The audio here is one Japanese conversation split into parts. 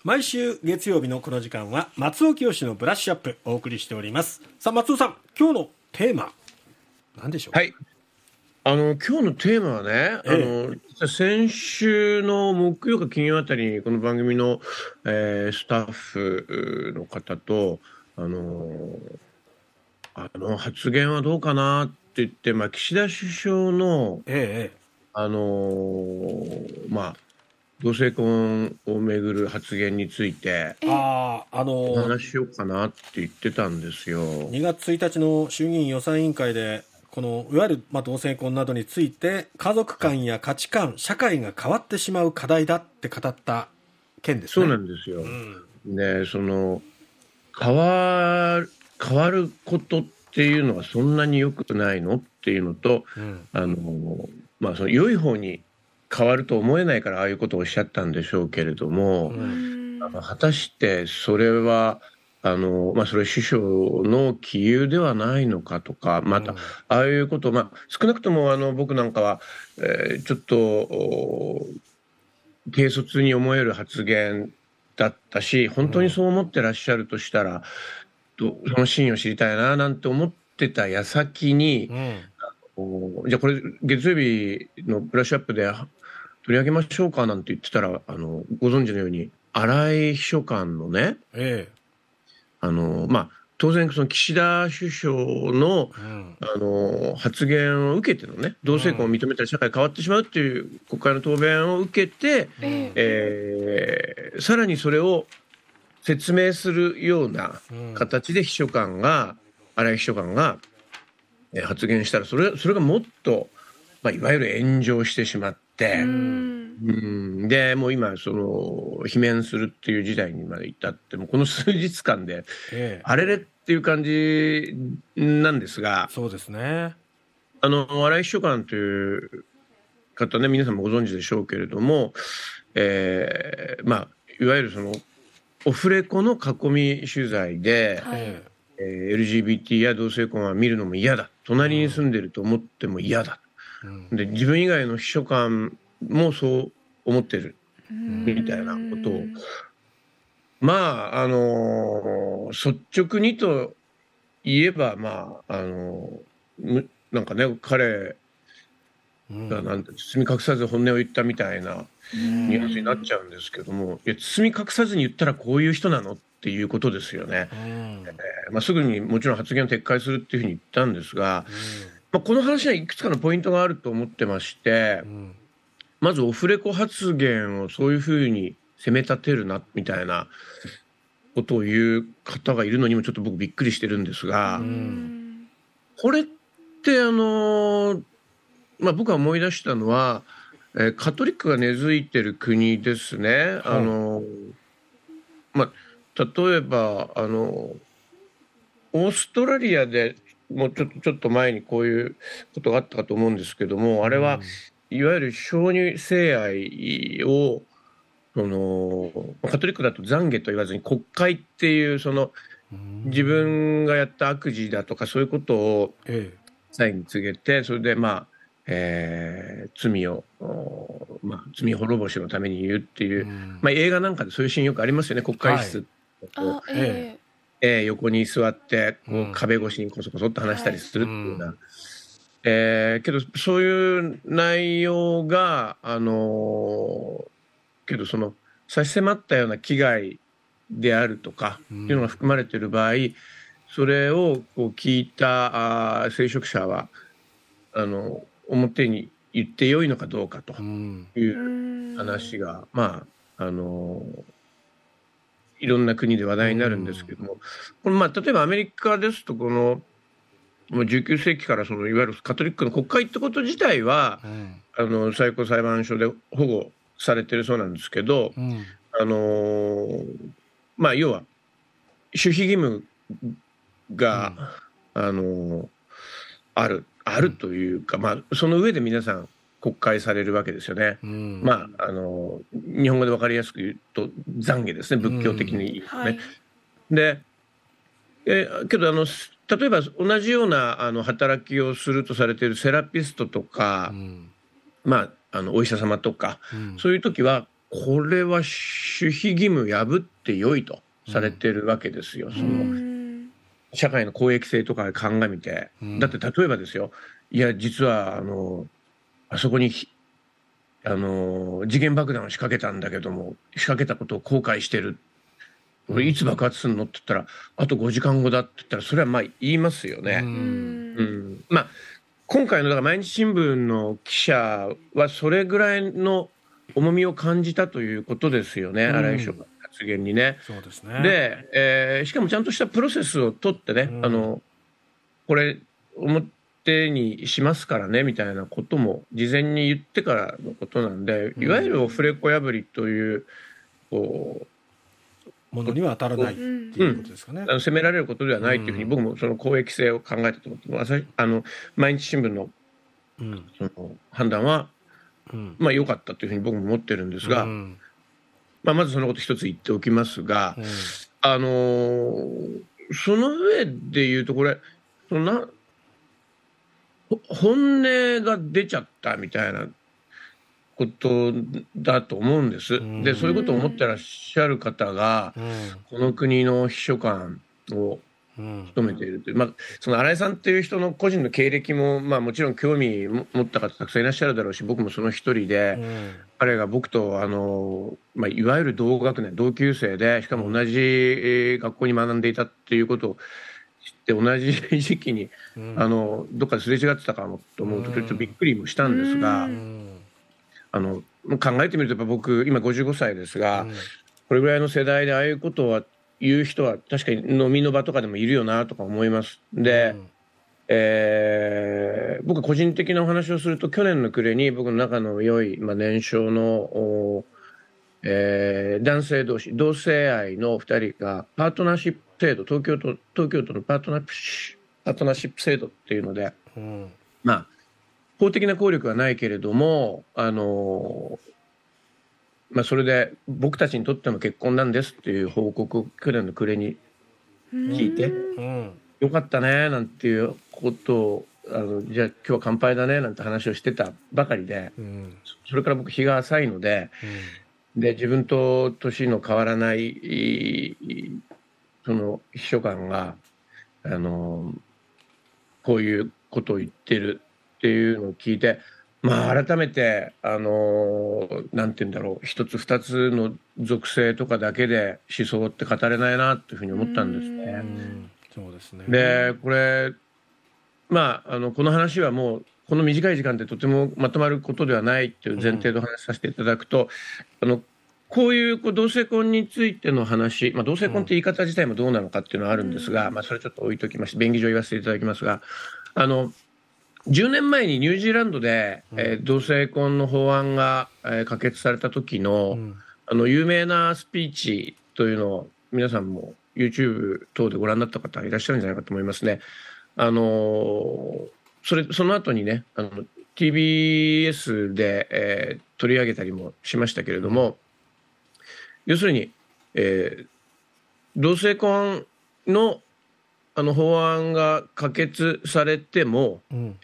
毎週月曜日のこの時間は松尾清のブラッシュアップお送りしております。さあ松尾さん、今日のテーマ何でしょう。 はい。今日のテーマはね、実は先週の木曜か金曜あたりにこの番組の、スタッフの方と、発言はどうかなって言って、岸田首相の、同性婚をめぐる発言について、お話ししようかなって言ってたんですよ。 2月1日の衆議院予算委員会で、このいわゆる同性婚などについて家族観や価値観、社会が変わってしまう課題だって語った件ですね。 そうなんですよ。で、その変わることっていうのはそんなに良くないのっていうのと、その良い方に変わると思えないからああいうことをおっしゃったんでしょうけれども、果たしてそれはそれ首相の杞憂ではないのかとか、またああいうこと、少なくとも僕なんかは、ちょっと軽率に思える発言だったし、本当にそう思ってらっしゃるとしたら、その真意を知りたいななんて思ってた矢先に、じゃあこれ月曜日のブラッシュアップで取り上げましょうかなんて言ってたら、ご存知のように荒井秘書官のね、当然その岸田首相の、発言を受けてのね、同性婚を認めたら社会変わってしまうっていう国会の答弁を受けて、さらにそれを説明するような形で荒井秘書官が発言したら、それがもっと、いわゆる炎上してしまって、でもう今その罷免するっていう事態にまで至って、もこの数日間であれれっていう感じなんですが、 そうですね。 荒井秘書官という方ね、皆さんもご存知でしょうけれども、いわゆるそのオフレコの囲み取材で、LGBT や同性婚は見るのも嫌だ、隣に住んでると思っても嫌だ、で自分以外の秘書官もそう思ってるみたいなことを、率直にと言えば、なんかね、彼が包み隠さず本音を言ったみたいなニュアンスになっちゃうんですけども、いや包み隠さずに言ったらこういう人なのっていうことですよね。すぐにもちろん発言を撤回するっていうふうに言ったんですが、この話はいくつかのポイントがあると思ってまして、まずオフレコ発言をそういうふうに責め立てるなみたいなことを言う方がいるのにもちょっと僕びっくりしてるんですが、これって僕が思い出したのは、カトリックが根付いてる国ですね。例えばオーストラリアでもうちょっと前にこういうことがあったかと思うんですけども、あれはいわゆる小児性愛をカトリックだと懺悔と言わずに国会っていうその自分がやった悪事だとかそういうことを祭に告げて、それで罪滅ぼしのために言うっていう、映画なんかでそういうシーンよくありますよね。国会室横に座ってこう壁越しにこそこそっと話したりするっていうような、けどそういう内容がけどその差し迫ったような危害であるとかっていうのが含まれている場合、それをこう聞いた聖職者は表に言ってよいのかどうかという話がいろんな国で話題になるんですけども、この例えばアメリカですと、この19世紀からそのいわゆるカトリックの国会ってこと自体は、最高裁判所で保護されてるそうなんですけど、要は守秘義務が、あるというか、その上で皆さん国会されるわけですよね。日本語で分かりやすく言うと懺悔ですね、仏教的に言うね。でけど例えば同じような働きをするとされているセラピストとか、お医者様とか、そういう時はこれは守秘義務破ってよいとされてるわけですよ。その社会の公益性とか鑑みて、だって例えばですよ、いや実はあそこに時限爆弾を仕掛けたんだけども、仕掛けたことを後悔してる。俺いつ爆発するのって言ったら、あと5時間後だって言ったら、それはまあ言いますよね。まあ今回のだから毎日新聞の記者はそれぐらいの重みを感じたということですよね、荒井秘書の発言にね。 そうですね。 で、しかもちゃんとしたプロセスを取ってね、これ表にしますからねみたいなことも事前に言ってからのことなんで、いわゆるオフレコ破りというものには当たらないっていうことですかね。 責められることではないというふうに僕もその公益性を考えたと思って毎日新聞のその判断はまあ良かったというふうに僕も思ってるんですが、まあまずそのこと一つ言っておきますが、その上で言うとこれ本音が出ちゃったみたいなことだと思うんです。でそういうことを思ってらっしゃる方がこの国の秘書官を務めているという、まあ、その新井さんっていう人の個人の経歴も、まあ、もちろん興味持った方たくさんいらっしゃるだろうし、僕もその一人で、彼が僕とまあ、いわゆる同学年同級生で、しかも同じ学校に学んでいたっていうことを知って同じ時期にどっかですれ違ってたかもと思うとちょっとびっくりもしたんですが、考えてみるとやっぱ僕今55歳ですが、これぐらいの世代でああいうことは言う人は確かに飲みの場とかでもいるよなとか思います。で、僕個人的なお話をすると去年の暮れに僕の仲の良い、まあ、年少の男性同士同性愛の2人がパートナーシップ制度東京都のパートナーシップ制度っていうので、まあ法的な効力はないけれどもまあそれで僕たちにとっても結婚なんですっていう報告を去年の暮れに聞いて、よかったねなんていうことをじゃあ今日は乾杯だねなんて話をしてたばかりで、それから僕日が浅いので、で自分と年の変わらないその秘書官がこういうことを言ってるっていうのを聞いて、まあ改めてなんて言うんだろう、一つ二つの属性とかだけで思想って語れないなっていうふうに思ったんですね。 そうですね。 でこれまあこの話はもうこの短い時間でとてもまとまることではないっていう前提でお話しさせていただくと、こういう同性婚についての話、まあ、同性婚って言い方自体もどうなのかっていうのはあるんですが、まあ、それちょっと置いときまして便宜上言わせていただきますが、10年前にニュージーランドで、同性婚の法案が、可決された時の、有名なスピーチというのを皆さんも YouTube 等でご覧になった方いらっしゃるんじゃないかと思いますね。その後にねTBS で、取り上げたりもしましたけれども、要するに、同性婚の法案が可決されても、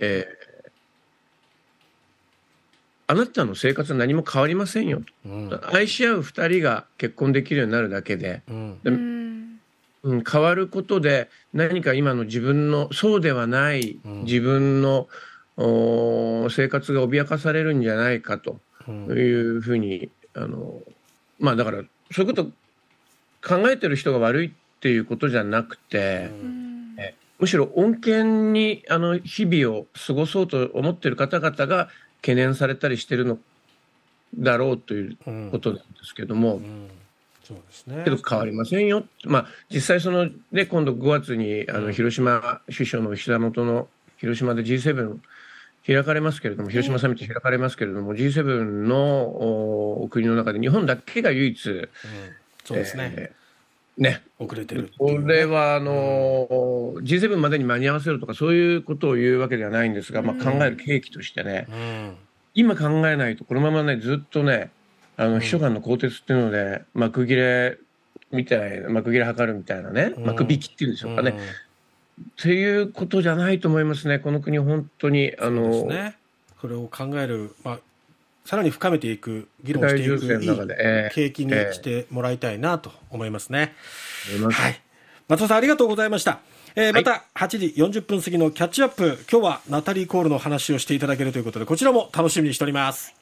あなたの生活は何も変わりませんよと、愛し合う2人が結婚できるようになるだけで、変わることで何か今の自分のそうではない自分の、生活が脅かされるんじゃないかというふうにまあだからそういうこと考えてる人が悪いっていうことじゃなくて、むしろ穏健に日々を過ごそうと思っている方々が懸念されたりしてるのだろうということなんですけども、 そうですね、 けど変わりませんよ。まあ実際ね、今度5月に広島首相の久本の広島で G7 開かれますけれども、広島サミット開かれますけれども、G7 の国の中で日本だけが唯一、 そうですね。遅れてる。 これはG7 までに間に合わせるとかそういうことを言うわけではないんですが、まあ、考える契機としてね、今考えないとこのままねずっとね秘書官の更迭っていうので幕切れ図るみたいなね、幕引きっていうんでしょうかね、っていうことじゃないと思いますね。この国本当にそうですね。これを考える、 さらに深めていく、議論していく、いい契機にしてもらいたいなと思いますね。はい。松尾さん、ありがとうございました。また8時40分過ぎのキャッチアップ、今日はナタリー・コールの話をしていただけるということで、こちらも楽しみにしております。